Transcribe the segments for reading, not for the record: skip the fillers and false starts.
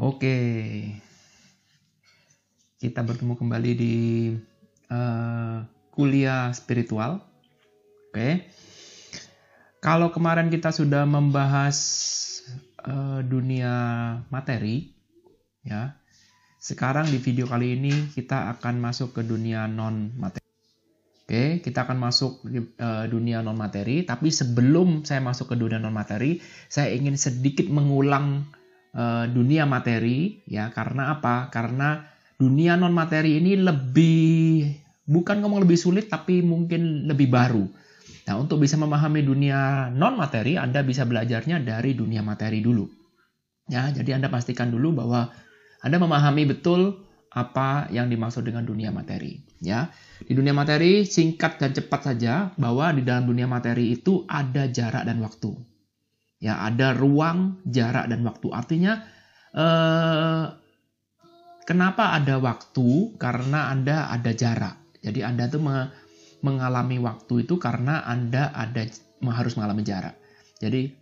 Oke, kita bertemu kembali di kuliah spiritual. Oke, kalau kemarin kita sudah membahas dunia materi, ya. Sekarang di video kali ini kita akan masuk ke dunia non materi. Oke, kita akan masuk di dunia non materi. Tapi sebelum saya masuk ke dunia non materi, saya ingin sedikit mengulang dunia materi, ya. Karena apa? Karena dunia non materi ini bukan ngomong lebih sulit, tapi mungkin lebih baru. Nah, untuk bisa memahami dunia non materi, Anda bisa belajarnya dari dunia materi dulu. Ya, jadi Anda pastikan dulu bahwa Anda memahami betul apa yang dimaksud dengan dunia materi. Ya, di dunia materi singkat dan cepat saja bahwa di dalam dunia materi itu ada jarak dan waktu. Ya, ada ruang, jarak, dan waktu. Artinya, kenapa ada waktu? Karena Anda ada jarak. Jadi Anda tuh mengalami waktu itu karena Anda harus mengalami jarak. Jadi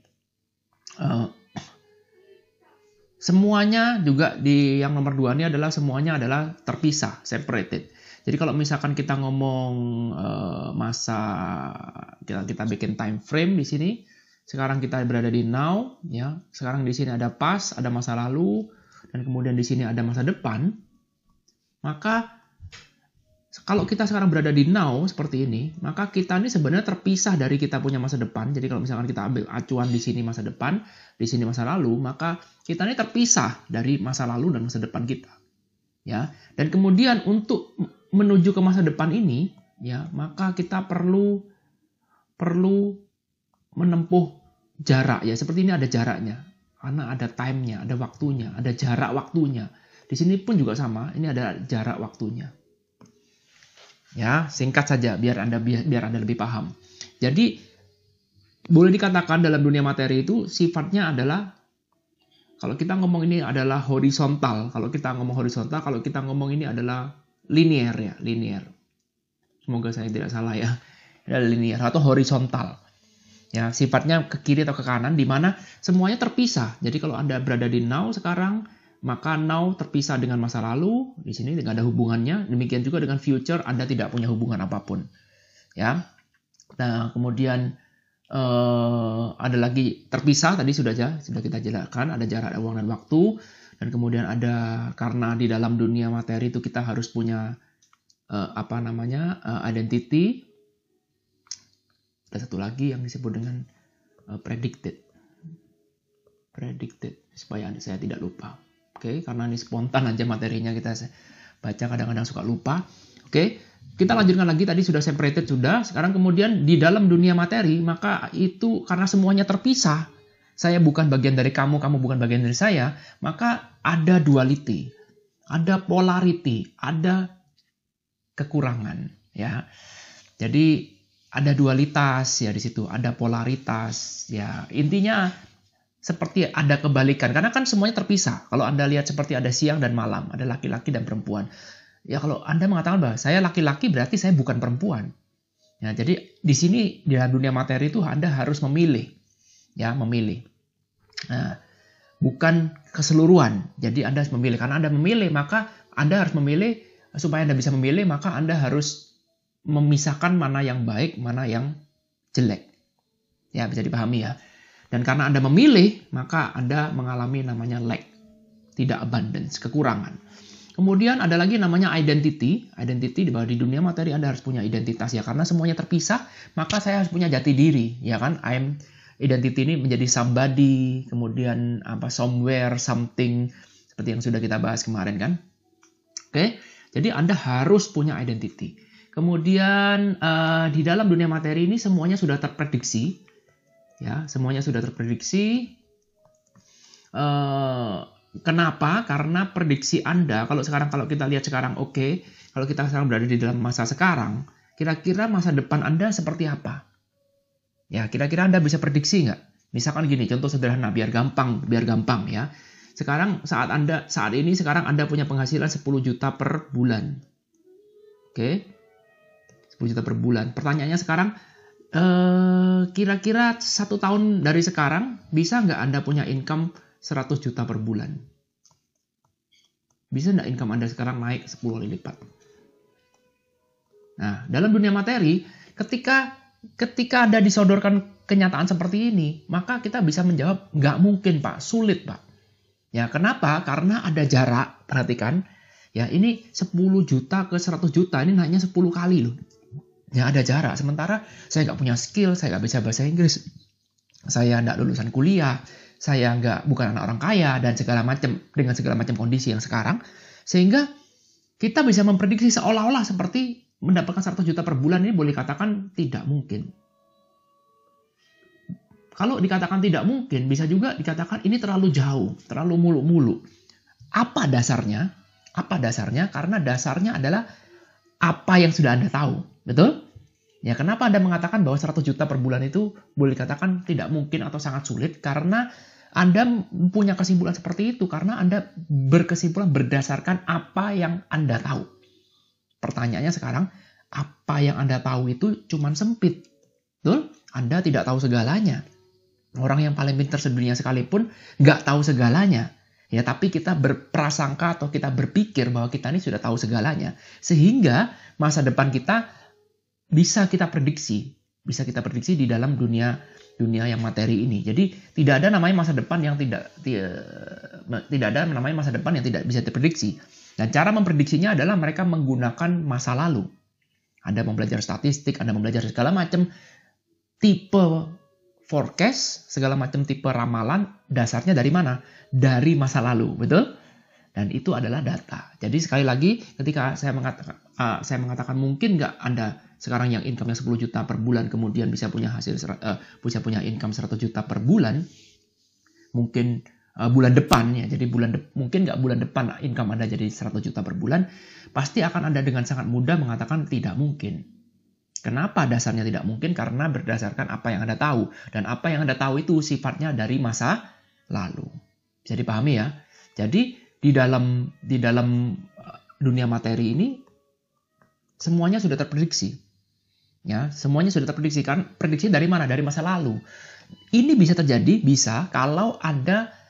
semuanya juga di yang nomor 2 ini adalah semuanya adalah terpisah, separated. Jadi kalau misalkan kita ngomong masa, kita bikin time frame di sini. Sekarang kita berada di now, ya. Sekarang di sini ada past, ada masa lalu, dan kemudian di sini ada masa depan. Maka kalau kita sekarang berada di now seperti ini, maka kita ini sebenarnya terpisah dari kita punya masa depan. Jadi kalau misalkan kita ambil acuan di sini masa depan, di sini masa lalu, maka kita ini terpisah dari masa lalu dan masa depan kita. Ya. Dan kemudian untuk menuju ke masa depan ini, ya, maka kita perlu menempuh jarak, ya. Seperti ini ada jaraknya, karena ada time-nya, ada waktunya, ada jarak waktunya. Di sini pun juga sama, ini ada jarak waktunya. Ya, singkat saja biar Anda lebih paham. Jadi boleh dikatakan dalam dunia materi itu sifatnya adalah, kalau kita ngomong ini adalah horizontal, kalau kita ngomong ini adalah linear, ya, linear. Semoga saya tidak salah, ya. Ada linear atau horizontal. Ya, sifatnya ke kiri atau ke kanan, di mana semuanya terpisah. Jadi kalau Anda berada di now sekarang, maka now terpisah dengan masa lalu. Di sini tidak ada hubungannya. Demikian juga dengan future, Anda tidak punya hubungan apapun. Ya. Nah, kemudian ada lagi terpisah. Tadi sudah kita jelaskan. Ada jarak, ruang, dan waktu. Dan kemudian ada, karena di dalam dunia materi itu kita harus punya identity. Ada satu lagi yang disebut dengan predicted, supaya saya tidak lupa. Oke, karena ini spontan aja materinya, kita baca kadang-kadang suka lupa. Oke, kita lanjutkan lagi. Tadi sudah separated, sudah. Sekarang kemudian di dalam dunia materi, maka itu karena semuanya terpisah, saya bukan bagian dari kamu, kamu bukan bagian dari saya, maka ada duality, ada polarity, ada kekurangan, ya. Jadi ada dualitas, ya, di situ ada polaritas, ya. Intinya seperti ada kebalikan, karena kan semuanya terpisah. Kalau Anda lihat seperti ada siang dan malam, ada laki-laki dan perempuan. Ya, kalau Anda mengatakan bahwa saya laki-laki berarti saya bukan perempuan. Ya, jadi di sini di dunia materi itu Anda harus memilih, ya, memilih. Nah, bukan keseluruhan. Jadi Anda harus memilih. Karena Anda memilih, maka Anda harus memilih. Supaya Anda bisa memilih, maka Anda harus memisahkan mana yang baik, mana yang jelek. Ya, bisa dipahami, ya. Dan karena Anda memilih, maka Anda mengalami namanya lack, tidak abundance, kekurangan. Kemudian ada lagi namanya identity. Identity di dunia materi Anda harus punya identitas, ya. Karena semuanya terpisah, maka saya harus punya jati diri, ya kan? Identity ini menjadi somebody, kemudian somewhere, something, seperti yang sudah kita bahas kemarin, kan? Oke, jadi Anda harus punya identity. Kemudian di dalam dunia materi ini semuanya sudah terprediksi, ya, semuanya sudah terprediksi. Kenapa? Karena prediksi Anda, kalau kita lihat sekarang, oke, kalau kita sekarang berada di dalam masa sekarang, kira-kira masa depan Anda seperti apa? Ya, kira-kira Anda bisa prediksi nggak? Misalkan gini, contoh sederhana, biar gampang, ya. Sekarang saat ini Anda punya penghasilan 10 juta per bulan. Oke. 10 juta per bulan. Pertanyaannya sekarang, kira-kira 1 tahun dari sekarang bisa nggak Anda punya income 100 juta per bulan? Bisa nggak income Anda sekarang naik 10 kali lipat? Nah, dalam dunia materi, ketika Anda disodorkan kenyataan seperti ini, maka kita bisa menjawab, nggak mungkin Pak, sulit Pak. Ya, kenapa? Karena ada jarak, perhatikan. Ya, ini 10 juta ke 100 juta, ini naiknya 10 kali loh. Ya, ada jarak. Sementara saya nggak punya skill, saya nggak bisa bahasa Inggris, saya nggak lulusan kuliah, saya bukan anak orang kaya, dan segala macam, dengan segala macam kondisi yang sekarang, sehingga kita bisa memprediksi seolah-olah seperti mendapatkan 100 juta per bulan ini boleh katakan tidak mungkin. Kalau dikatakan tidak mungkin, bisa juga dikatakan ini terlalu jauh, terlalu muluk-muluk. Apa dasarnya? Apa dasarnya? Karena dasarnya adalah apa yang sudah Anda tahu. Betul? Ya, kenapa Anda mengatakan bahwa 100 juta per bulan itu boleh dikatakan tidak mungkin atau sangat sulit? Karena Anda punya kesimpulan seperti itu. Karena Anda berkesimpulan berdasarkan apa yang Anda tahu. Pertanyaannya sekarang, apa yang Anda tahu itu cuma sempit. Betul? Anda tidak tahu segalanya. Orang yang paling pintar sedunia sekalipun nggak tahu segalanya. Ya, tapi kita berprasangka atau kita berpikir bahwa kita ini sudah tahu segalanya. Sehingga masa depan kita bisa kita prediksi. Bisa kita prediksi di dalam dunia yang materi ini. Jadi tidak ada namanya masa depan yang tidak ada namanya masa depan yang tidak bisa diprediksi. Dan cara memprediksinya adalah mereka menggunakan masa lalu. Anda mempelajari statistik, Anda mempelajari segala macam tipe forecast, segala macam tipe ramalan, dasarnya dari mana? Dari masa lalu, betul? Dan itu adalah data. Jadi sekali lagi, ketika saya mengatakan mungkin nggak Anda sekarang yang income-nya 10 juta per bulan, kemudian bisa punya punya income 100 juta per bulan, mungkin bulan depan ya, jadi mungkin nggak bulan depan income Anda jadi 100 juta per bulan, pasti akan Anda dengan sangat mudah mengatakan tidak mungkin. Kenapa dasarnya tidak mungkin? Karena berdasarkan apa yang Anda tahu, dan apa yang Anda tahu itu sifatnya dari masa lalu. Bisa dipahami ya? Jadi di dalam dunia materi ini semuanya sudah terprediksi. Ya, semuanya sudah terprediksi. Kan prediksi dari mana? Dari masa lalu. Ini bisa terjadi kalau Anda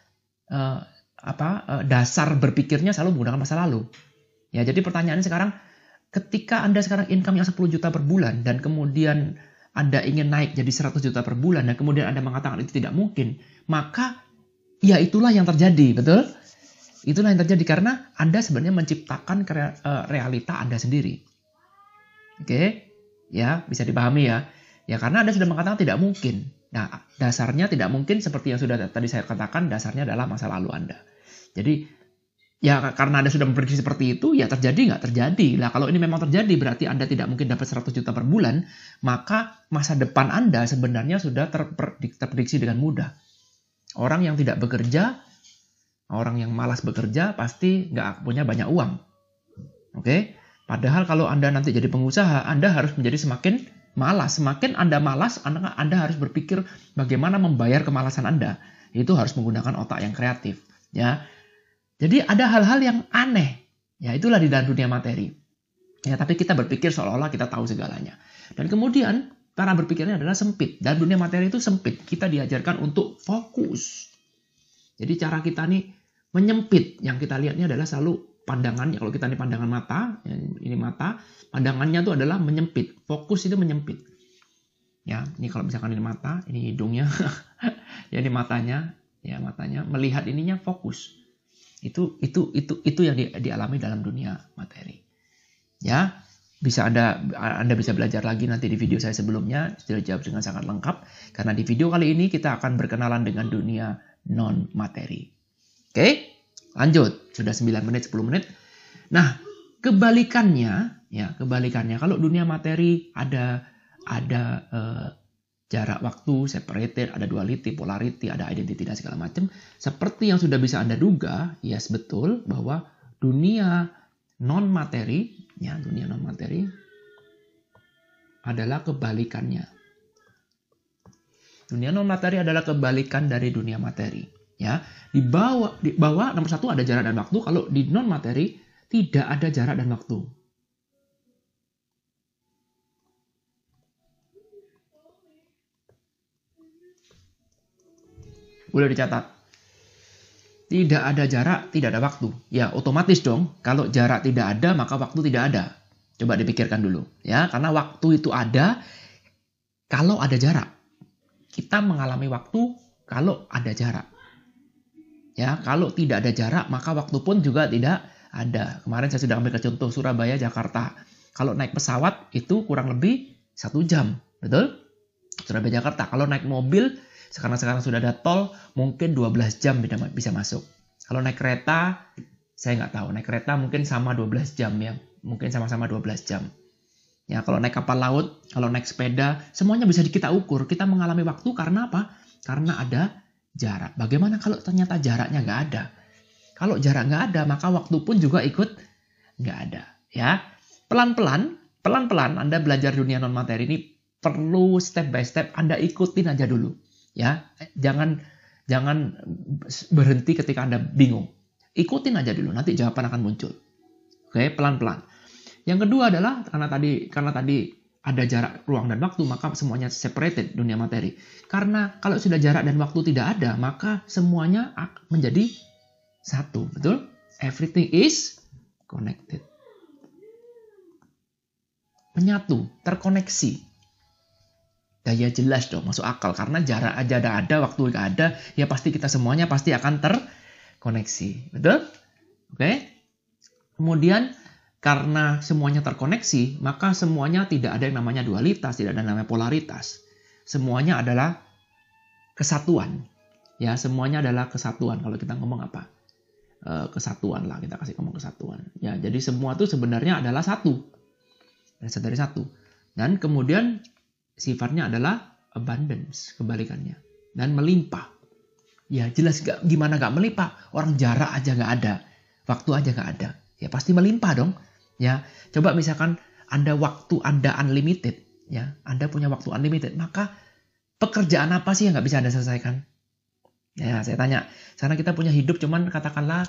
dasar berpikirnya selalu menggunakan masa lalu. Ya, jadi pertanyaannya sekarang, ketika Anda sekarang income-nya 10 juta per bulan dan kemudian Anda ingin naik jadi 100 juta per bulan dan kemudian Anda mengatakan itu tidak mungkin, maka ya itulah yang terjadi, betul? Itulah yang terjadi karena Anda sebenarnya menciptakan realita Anda sendiri. Oke? Ya, bisa dipahami ya. Ya, karena Anda sudah mengatakan tidak mungkin. Nah, dasarnya tidak mungkin seperti yang sudah tadi saya katakan, dasarnya adalah masa lalu Anda. Jadi, ya karena Anda sudah memprediksi seperti itu, ya terjadi nggak terjadi. Nah, kalau ini memang terjadi, berarti Anda tidak mungkin dapat 100 juta per bulan, maka masa depan Anda sebenarnya sudah terprediksi dengan mudah. Orang yang tidak bekerja, orang yang malas bekerja, pasti nggak punya banyak uang. Oke? Padahal kalau Anda nanti jadi pengusaha, Anda harus menjadi semakin malas. Semakin Anda malas, Anda harus berpikir bagaimana membayar kemalasan Anda. Itu harus menggunakan otak yang kreatif. Ya, jadi ada hal-hal yang aneh. Ya, itulah di dalam dunia materi. Ya, tapi kita berpikir seolah-olah kita tahu segalanya. Dan kemudian cara berpikirnya adalah sempit. Dalam dunia materi itu sempit. Kita diajarkan untuk fokus. Jadi cara kita nih menyempit. Yang kita lihatnya adalah selalu pandangannya. Kalau kita ini pandangan mata, ini mata, pandangannya itu adalah menyempit. Fokus itu menyempit. Ya, ini kalau misalkan ini mata, ini hidungnya, ya ini matanya, ya matanya melihat ininya fokus. Itu yang dialami dalam dunia materi. Ya, Anda bisa belajar lagi nanti di video saya sebelumnya, sudah jawab dengan sangat lengkap. Karena di video kali ini kita akan berkenalan dengan dunia non materi. Oke? Lanjut, sudah 9 menit, 10 menit. Nah, kebalikannya, kalau dunia materi ada jarak waktu, separated, ada duality, polarity, ada identity dan segala macam. Seperti yang sudah bisa Anda duga, yes betul bahwa dunia non materi adalah kebalikannya. Dunia non materi adalah kebalikan dari dunia materi. Ya, di bawah nomor 1 ada jarak dan waktu. Kalau di non materi tidak ada jarak dan waktu. Boleh dicatat. Tidak ada jarak, tidak ada waktu. Ya, otomatis dong. Kalau jarak tidak ada, maka waktu tidak ada. Coba dipikirkan dulu. Ya, karena waktu itu ada kalau ada jarak. Kita mengalami waktu kalau ada jarak. Ya, kalau tidak ada jarak, maka waktu pun juga tidak ada. Kemarin saya sudah ambil contoh Surabaya, Jakarta. Kalau naik pesawat itu kurang lebih 1 jam. Betul? Surabaya, Jakarta. Kalau naik mobil, sekarang sudah ada tol, mungkin 12 jam bisa masuk. Kalau naik kereta, saya nggak tahu. Naik kereta mungkin sama 12 jam ya. Mungkin sama-sama 12 jam. Ya, kalau naik kapal laut, kalau naik sepeda, semuanya bisa kita ukur. Kita mengalami waktu karena apa? Karena ada jarak. Bagaimana kalau ternyata jaraknya nggak ada? Kalau jarak nggak ada, maka waktu pun juga ikut nggak ada. Ya, pelan-pelan Anda belajar dunia non materi ini perlu step by step Anda ikutin aja dulu. Ya, jangan berhenti ketika Anda bingung. Ikutin aja dulu, nanti jawaban akan muncul. Oke, pelan-pelan. Yang kedua adalah karena tadi ada jarak ruang dan waktu, maka semuanya separated dunia materi. Karena kalau sudah jarak dan waktu tidak ada, maka semuanya menjadi satu, betul? Everything is connected. Menyatu, terkoneksi. Ya jelas dong, masuk akal. Karena jarak aja ada, waktu nggak ada, ya pasti kita semuanya pasti akan terkoneksi. Betul? Oke? Kemudian, karena semuanya terkoneksi, maka semuanya tidak ada yang namanya dualitas, tidak ada yang namanya polaritas. Semuanya adalah kesatuan. Ya, semuanya adalah kesatuan. Kalau kita ngomong apa? Kesatuan lah, kita kasih ngomong kesatuan. Ya, jadi semua itu sebenarnya adalah satu. Berasal dari satu. Dan kemudian sifatnya adalah abundance, kebalikannya. Dan melimpah. Ya jelas gimana gak melimpah. Orang jarak aja gak ada. Waktu aja gak ada. Ya pasti melimpah dong. Ya, coba misalkan waktu Anda unlimited. Ya, Anda punya waktu unlimited. Maka pekerjaan apa sih yang gak bisa Anda selesaikan? Ya, saya tanya. Karena kita punya hidup cuman katakanlah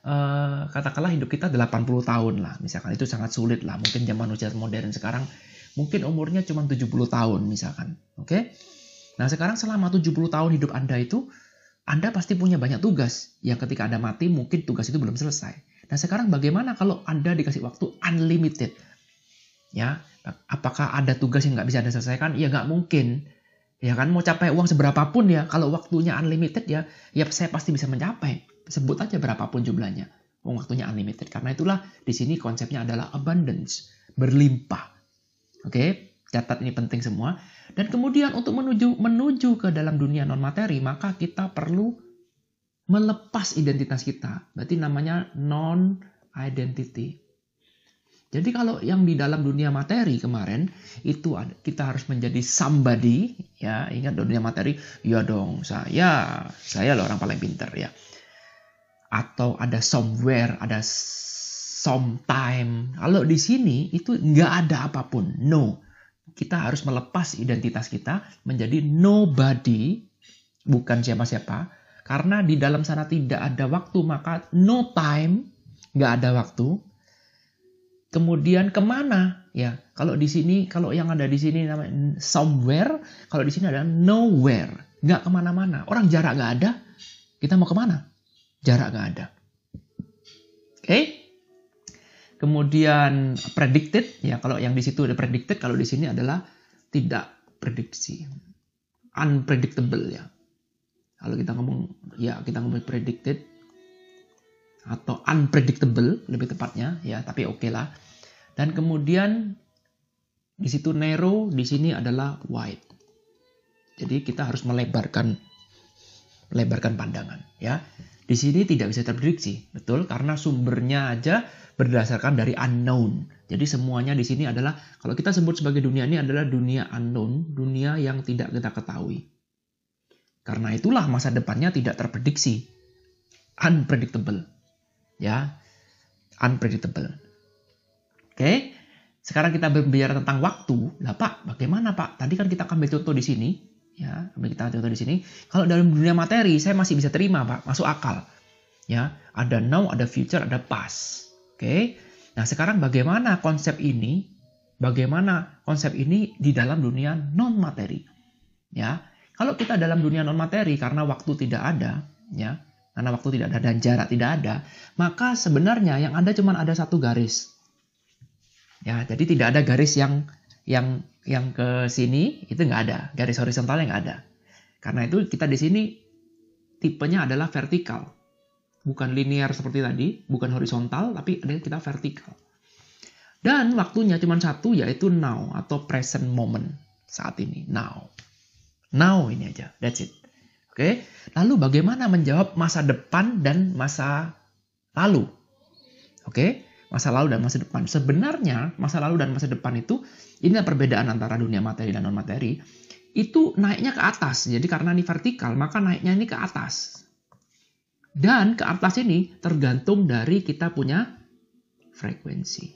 hidup kita 80 tahun lah. Misalkan itu sangat sulit lah. Mungkin zaman usia modern sekarang mungkin umurnya cuma 70 tahun misalkan. Oke? Nah, sekarang selama 70 tahun hidup Anda itu, Anda pasti punya banyak tugas. Yang ketika Anda mati, mungkin tugas itu belum selesai. Nah, sekarang bagaimana kalau Anda dikasih waktu unlimited? Ya, apakah ada tugas yang nggak bisa Anda selesaikan? Ya, nggak mungkin. Ya kan, mau capai uang seberapapun ya, kalau waktunya unlimited ya saya pasti bisa mencapai. Sebut aja berapapun jumlahnya. Waktunya unlimited. Karena itulah di sini konsepnya adalah abundance. Berlimpah. Oke, catat ini penting semua. Dan kemudian untuk menuju ke dalam dunia non materi, maka kita perlu melepas identitas kita. Berarti namanya non-identity. Jadi kalau yang di dalam dunia materi kemarin, itu kita harus menjadi somebody. Ya, ingat dunia materi, ya dong, saya loh orang paling pintar ya. Atau ada somewhere, ada sometime. Kalau di sini itu nggak ada apapun. No. Kita harus melepas identitas kita menjadi nobody. Bukan siapa-siapa. Karena di dalam sana tidak ada waktu, maka no time, nggak ada waktu. Kemudian kemana? Ya, kalau di sini, kalau yang ada di sini namanya somewhere, kalau di sini ada nowhere, nggak kemana-mana. Orang jarak nggak ada, kita mau kemana? Jarak nggak ada. Oke? Kemudian predicted, ya kalau yang di situ ada predicted, kalau di sini adalah tidak prediksi, unpredictable ya. Kalau kita ngomong predicted atau unpredictable lebih tepatnya ya, tapi oke lah. Dan kemudian di situ narrow, di sini adalah wide. Jadi kita harus melebarkan pandangan ya. Di sini tidak bisa terprediksi, betul? Karena sumbernya aja berdasarkan dari unknown. Jadi semuanya di sini adalah, kalau kita sebut sebagai dunia ini adalah dunia unknown, dunia yang tidak kita ketahui. Karena itulah masa depannya tidak terprediksi. Unpredictable. Ya, unpredictable. Oke, sekarang kita berbicara tentang waktu. Lah Pak, bagaimana Pak? Tadi kan kita ambil contoh di sini. Ya, kita contoh di sini. Kalau dalam dunia materi, saya masih bisa terima Pak, masuk akal. Ya, ada now, ada future, ada past. Oke, nah sekarang bagaimana konsep ini? Bagaimana konsep ini di dalam dunia non materi? Ya, kalau kita dalam dunia non materi karena waktu tidak ada, ya, karena waktu tidak ada dan jarak tidak ada, maka sebenarnya yang ada cuma ada satu garis. Ya, jadi tidak ada garis yang ke sini, itu nggak ada. Garis horizontalnya nggak ada. Karena itu kita di sini tipenya adalah vertikal. Bukan linear seperti tadi, bukan horizontal, tapi kita vertikal. Dan waktunya cuma satu, yaitu now atau present moment saat ini. Now ini aja, that's it. Oke, lalu bagaimana menjawab masa depan dan masa lalu? Oke, masa lalu dan masa depan. Sebenarnya masa lalu dan masa depan itu, inilah perbedaan antara dunia materi dan non-materi. Itu naiknya ke atas. Jadi karena ini vertikal, maka naiknya ini ke atas. Dan ke atas ini tergantung dari kita punya frekuensi.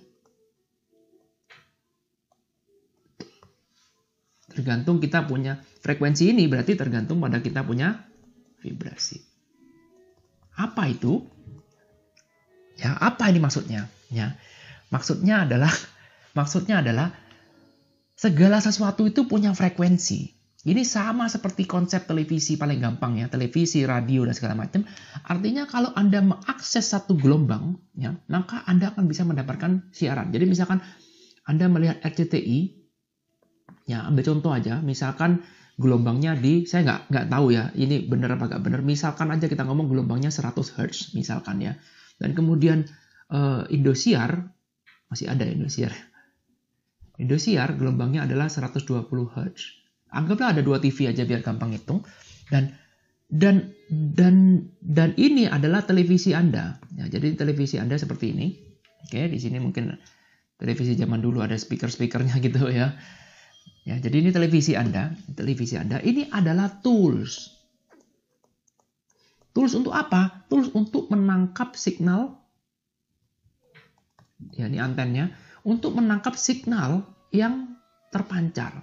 Tergantung kita punya frekuensi ini, berarti tergantung pada kita punya vibrasi. Apa itu? Ya, apa ini maksudnya? Ya, maksudnya adalah segala sesuatu itu punya frekuensi. Ini sama seperti konsep televisi paling gampang ya, televisi, radio dan segala macam. Artinya kalau Anda mengakses satu gelombang, ya, maka Anda akan bisa mendapatkan siaran. Jadi misalkan Anda melihat RCTI, ya ambil contoh aja, misalkan gelombangnya saya nggak tahu ya, ini benar apa nggak benar. Misalkan aja kita ngomong gelombangnya 100 Hz, misalkan ya. Dan kemudian Indosiar, masih ada Indosiar. Indosiar gelombangnya adalah 120 Hz. Anggaplah ada 2 TV aja biar gampang hitung. Dan ini adalah televisi Anda. Ya, jadi televisi Anda seperti ini. Oke, di sini mungkin televisi zaman dulu ada speaker-speakernya gitu ya. Ya, jadi ini televisi Anda. Televisi Anda ini adalah tools. Tools untuk apa? Tools untuk menangkap signal. Ya, ini antennya. Untuk menangkap signal yang terpancar.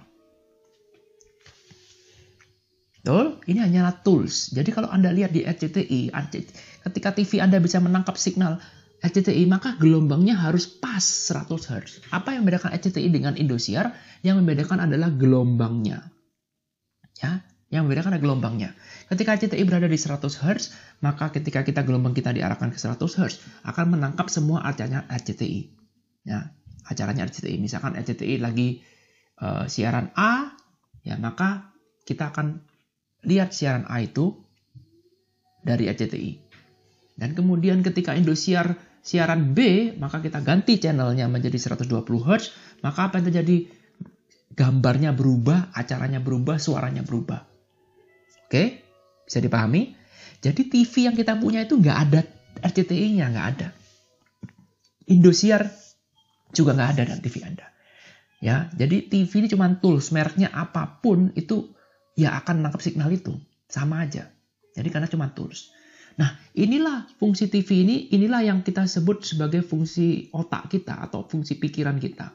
Betul? Ini hanyalah tools. Jadi kalau Anda lihat di RCTI, ketika TV Anda bisa menangkap signal RCTI, maka gelombangnya harus pas 100 Hz. Apa yang membedakan RCTI dengan Indosiar? Yang membedakan adalah gelombangnya. Ya, yang membedakan adalah gelombangnya. Ketika RCTI berada di 100 Hz, maka ketika gelombang kita diarahkan ke 100 Hz, akan menangkap semua acaranya RCTI. Ya, acaranya RCTI. Misalkan RCTI lagi siaran A, ya maka kita akan lihat siaran A itu dari RCTI. Dan kemudian ketika Indosiar siaran B, maka kita ganti channelnya menjadi 120 Hz, maka apa yang terjadi? Gambarnya berubah, acaranya berubah, suaranya berubah. Oke? Bisa dipahami? Jadi TV yang kita punya itu nggak ada RCTI-nya, nggak ada. Indosiar juga nggak ada dalam TV Anda. Ya, jadi TV ini cuma tools, mereknya apapun itu ya akan menangkap signal itu. Sama aja. Jadi karena cuma tools. Nah, inilah fungsi TV ini, inilah yang kita sebut sebagai fungsi otak kita atau fungsi pikiran kita.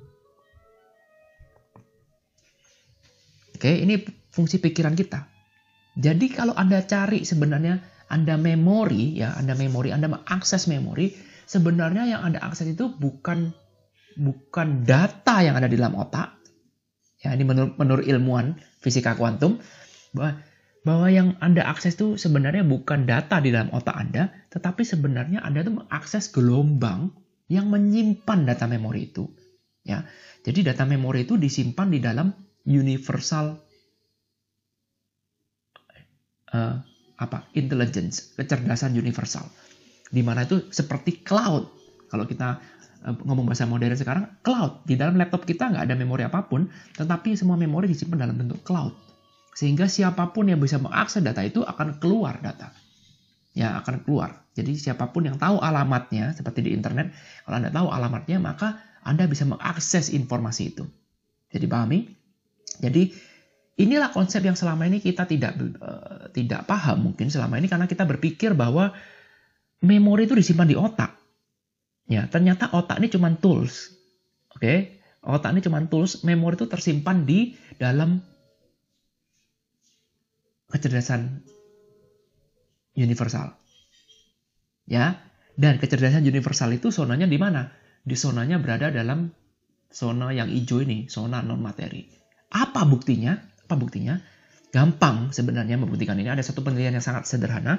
Oke, ini fungsi pikiran kita. Jadi kalau Anda cari sebenarnya Anda memori, ya Anda mengakses memori, sebenarnya yang Anda akses itu bukan data yang ada di dalam otak. Ya, ini menurut ilmuwan fisika kuantum, bahwa yang Anda akses itu sebenarnya bukan data di dalam otak Anda, tetapi sebenarnya Anda itu mengakses gelombang yang menyimpan data memori itu. Ya, jadi data memori itu disimpan di dalam universal intelligence, kecerdasan universal, di mana itu seperti cloud. Kalau kita ngomong bahasa modern sekarang, cloud. Di dalam laptop kita nggak ada memori apapun, tetapi semua memori disimpan dalam bentuk cloud. Sehingga siapapun yang bisa mengakses data itu akan keluar data. Ya, akan keluar. Jadi siapapun yang tahu alamatnya, seperti di internet, kalau Anda tahu alamatnya, maka Anda bisa mengakses informasi itu. Jadi pahami? Jadi inilah konsep yang selama ini kita tidak paham mungkin selama ini karena kita berpikir bahwa memori itu disimpan di otak. Ya, ternyata otak ini cuma tools. Oke? Otak ini cuma tools, memori itu tersimpan di dalam kecerdasan universal. Ya, dan kecerdasan universal itu zonanya di mana? Di zonanya berada dalam zona yang hijau ini, zona non materi. Apa buktinya? Gampang sebenarnya membuktikan ini. Ada satu penelitian yang sangat sederhana.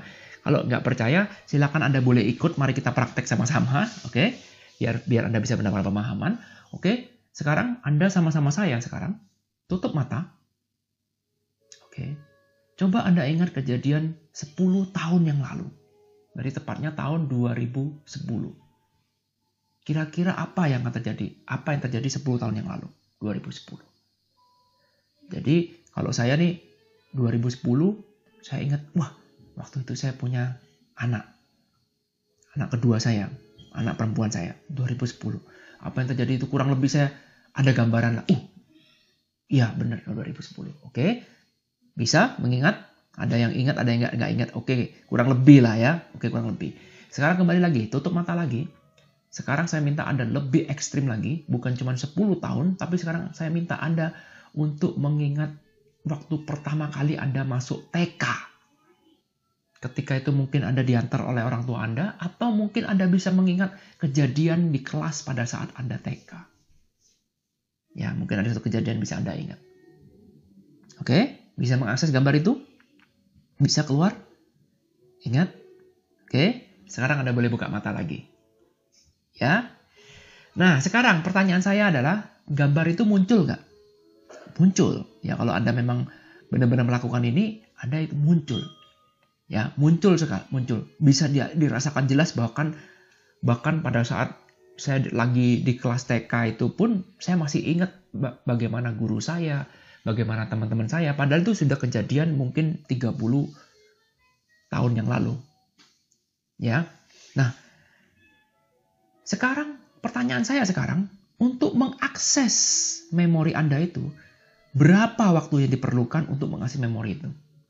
Kalau nggak percaya, silakan Anda boleh ikut. Mari kita praktek sama-sama, oke? Biar Anda bisa mendapatkan pemahaman, oke? Sekarang Anda sama-sama saya sekarang. Tutup mata. Oke. Coba Anda ingat kejadian 10 tahun yang lalu. Berarti tepatnya tahun 2010. Kira-kira apa yang akan terjadi? Apa yang terjadi 10 tahun yang lalu? 2010. Jadi kalau saya nih 2010, saya ingat, wah waktu itu saya punya anak kedua saya, anak perempuan saya, 2010. Apa yang terjadi itu kurang lebih saya ada gambaran lah. Iya benar 2010. Oke, bisa mengingat? Ada yang ingat, ada yang nggak ingat. Oke, kurang lebih lah ya. Oke, kurang lebih. Sekarang kembali lagi, tutup mata lagi. Sekarang saya minta Anda lebih ekstrim lagi, bukan cuma 10 tahun, tapi sekarang saya minta Anda untuk mengingat waktu pertama kali Anda masuk TK. Ketika itu mungkin Anda diantar oleh orang tua Anda, atau mungkin Anda bisa mengingat kejadian di kelas pada saat Anda TK. Ya, mungkin ada satu kejadian bisa Anda ingat. Oke, bisa mengakses gambar itu? Bisa keluar? Ingat? Oke, sekarang Anda boleh buka mata lagi. Ya. Nah, sekarang pertanyaan saya adalah, gambar itu muncul nggak? Muncul. Ya, kalau Anda memang benar-benar melakukan ini, Anda itu muncul. Ya, muncul sekali, muncul. Bisa dirasakan jelas bahkan pada saat saya lagi di kelas TK itu pun saya masih ingat bagaimana guru saya, bagaimana teman-teman saya. Padahal itu sudah kejadian mungkin 30 tahun yang lalu. Ya. Nah, sekarang pertanyaan saya sekarang, untuk mengakses memori Anda itu, berapa waktu yang diperlukan untuk mengakses memori itu?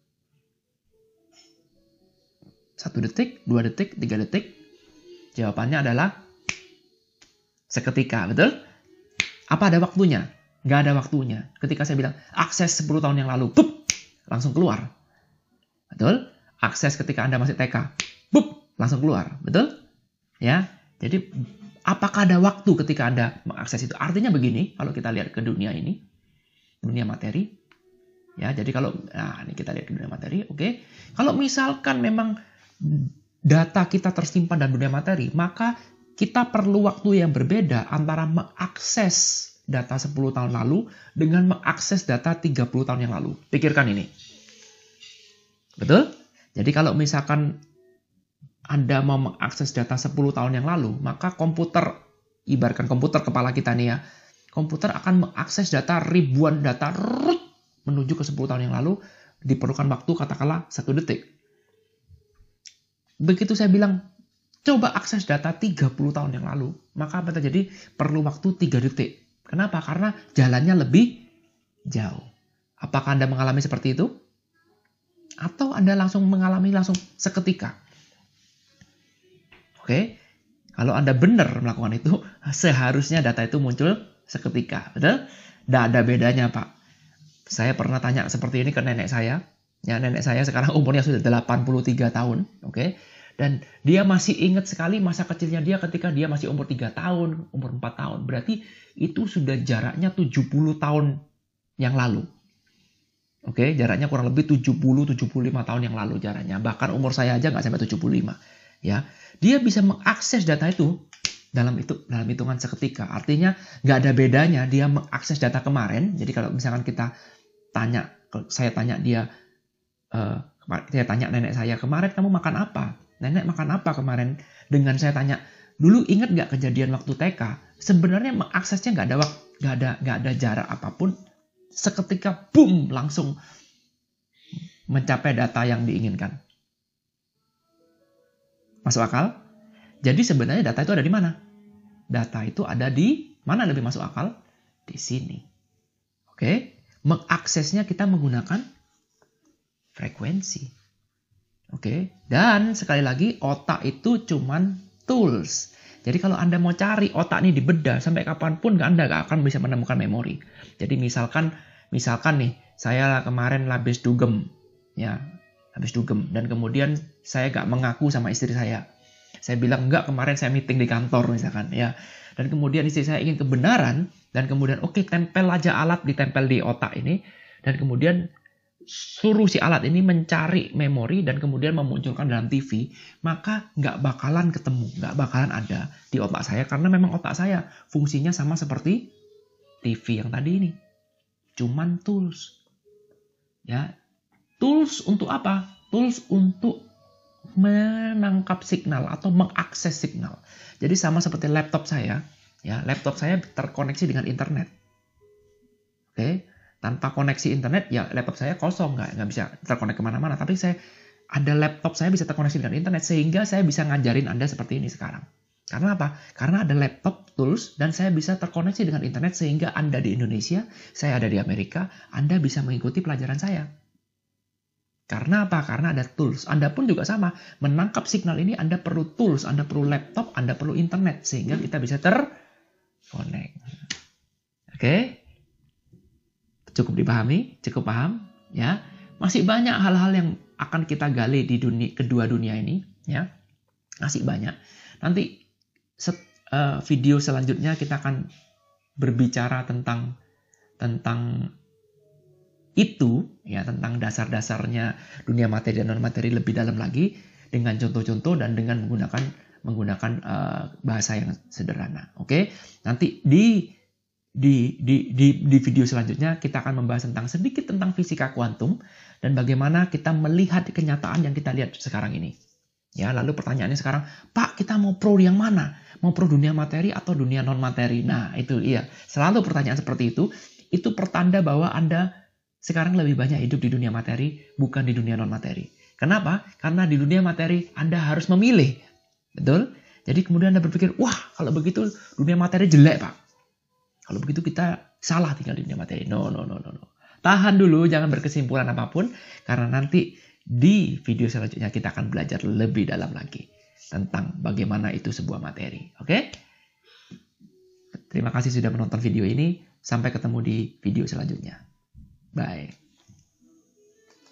1 detik, 2 detik, 3 detik? Jawabannya adalah seketika, betul? Apa ada waktunya? Nggak ada waktunya. Ketika saya bilang akses 10 tahun yang lalu, bup, langsung keluar. Betul? Akses ketika Anda masih TK, bup, langsung keluar. Betul? Ya. Jadi, apakah ada waktu ketika Anda mengakses itu? Artinya begini, kalau kita lihat ke dunia ini, dunia materi. Ya, jadi kalau ini kita lihat ke dunia materi, oke. Kalau misalkan memang data kita tersimpan dalam dunia materi, maka kita perlu waktu yang berbeda antara mengakses data 10 tahun lalu dengan mengakses data 30 tahun yang lalu. Pikirkan ini. Betul? Jadi kalau misalkan Anda mau mengakses data 10 tahun yang lalu, maka komputer, ibaratkan komputer kepala kita nih ya, komputer akan mengakses data ribuan data menuju ke 10 tahun yang lalu, diperlukan waktu katakanlah 1 detik. Begitu saya bilang, coba akses data 30 tahun yang lalu, maka apa terjadi? Perlu waktu 3 detik. Kenapa? Karena jalannya lebih jauh. Apakah Anda mengalami seperti itu? Atau Anda mengalami seketika? Oke, kalau Anda benar melakukan itu, seharusnya data itu muncul seketika. Betul? Tidak ada bedanya, Pak. Saya pernah tanya seperti ini ke nenek saya. Ya, nenek saya sekarang umurnya sudah 83 tahun. Oke. Dan dia masih ingat sekali masa kecilnya dia ketika dia masih umur 3 tahun, umur 4 tahun. Berarti itu sudah jaraknya 70 tahun yang lalu. Oke, jaraknya kurang lebih 70-75 tahun yang lalu jaraknya. Bahkan umur saya aja nggak sampai 75. Ya, dia bisa mengakses data itu dalam hitungan seketika. Artinya nggak ada bedanya dia mengakses data kemarin. Jadi kalau misalkan saya tanya nenek saya, kemarin kamu makan apa? Nenek makan apa kemarin? Dengan saya tanya, dulu ingat nggak kejadian waktu TK? Sebenarnya mengaksesnya nggak ada jarak apapun. Seketika boom langsung mencapai data yang diinginkan. Masuk akal? Jadi sebenarnya data itu ada di mana? Data itu ada di mana lebih masuk akal? Di sini. Oke? Mengaksesnya kita menggunakan frekuensi. Oke? Dan sekali lagi otak itu cuman tools. Jadi kalau Anda mau cari otak ini dibedah sampai kapanpun Anda nggak akan bisa menemukan memori. Jadi misalkan nih, saya kemarin habis dugem, ya, habis dugem, dan kemudian saya nggak mengaku sama istri saya. Saya bilang enggak, kemarin saya meeting di kantor misalkan, ya. Dan kemudian istri saya ingin kebenaran, dan kemudian oke, tempel aja alat ditempel di otak ini, dan kemudian suruh si alat ini mencari memori dan kemudian memunculkan dalam TV, maka nggak bakalan ketemu, nggak bakalan ada di otak saya, karena memang otak saya fungsinya sama seperti TV yang tadi ini. Cuman tools. Ya, tools untuk apa? Tools untuk menangkap signal atau mengakses signal. Jadi sama seperti laptop saya, ya, laptop saya terkoneksi dengan internet. Oke, tanpa koneksi internet, ya laptop saya kosong, nggak bisa terkonek kemana-mana. Tapi ada laptop saya bisa terkoneksi dengan internet, sehingga saya bisa ngajarin Anda seperti ini sekarang. Karena apa? Karena ada laptop tools dan saya bisa terkoneksi dengan internet, sehingga Anda di Indonesia, saya ada di Amerika, Anda bisa mengikuti pelajaran saya. Karena apa? Karena ada tools. Anda pun juga sama. Menangkap signal ini Anda perlu tools, Anda perlu laptop, Anda perlu internet. Sehingga kita bisa terkonek. Oke? Cukup dipahami? Cukup paham? Ya. Masih banyak hal-hal yang akan kita gali di kedua dunia ini. Ya. Masih banyak. Nanti video selanjutnya kita akan berbicara tentang itu, ya, tentang dasar-dasarnya dunia materi dan non materi lebih dalam lagi dengan contoh-contoh dan dengan menggunakan bahasa yang sederhana. Oke, nanti di video selanjutnya kita akan membahas sedikit tentang fisika kuantum dan bagaimana kita melihat kenyataan yang kita lihat sekarang ini. Ya, lalu pertanyaannya sekarang, Pak, kita mau pro yang mana? Mau pro dunia materi atau dunia non materi? Nah, itu iya. Selalu pertanyaan seperti itu pertanda bahwa Anda sekarang lebih banyak hidup di dunia materi, bukan di dunia non-materi. Kenapa? Karena di dunia materi Anda harus memilih. Betul? Jadi kemudian Anda berpikir, wah kalau begitu dunia materi jelek Pak. Kalau begitu kita salah tinggal di dunia materi. No. Tahan dulu, jangan berkesimpulan apapun. Karena nanti di video selanjutnya kita akan belajar lebih dalam lagi tentang bagaimana itu sebuah materi. Oke? Terima kasih sudah menonton video ini. Sampai ketemu di video selanjutnya. Bye.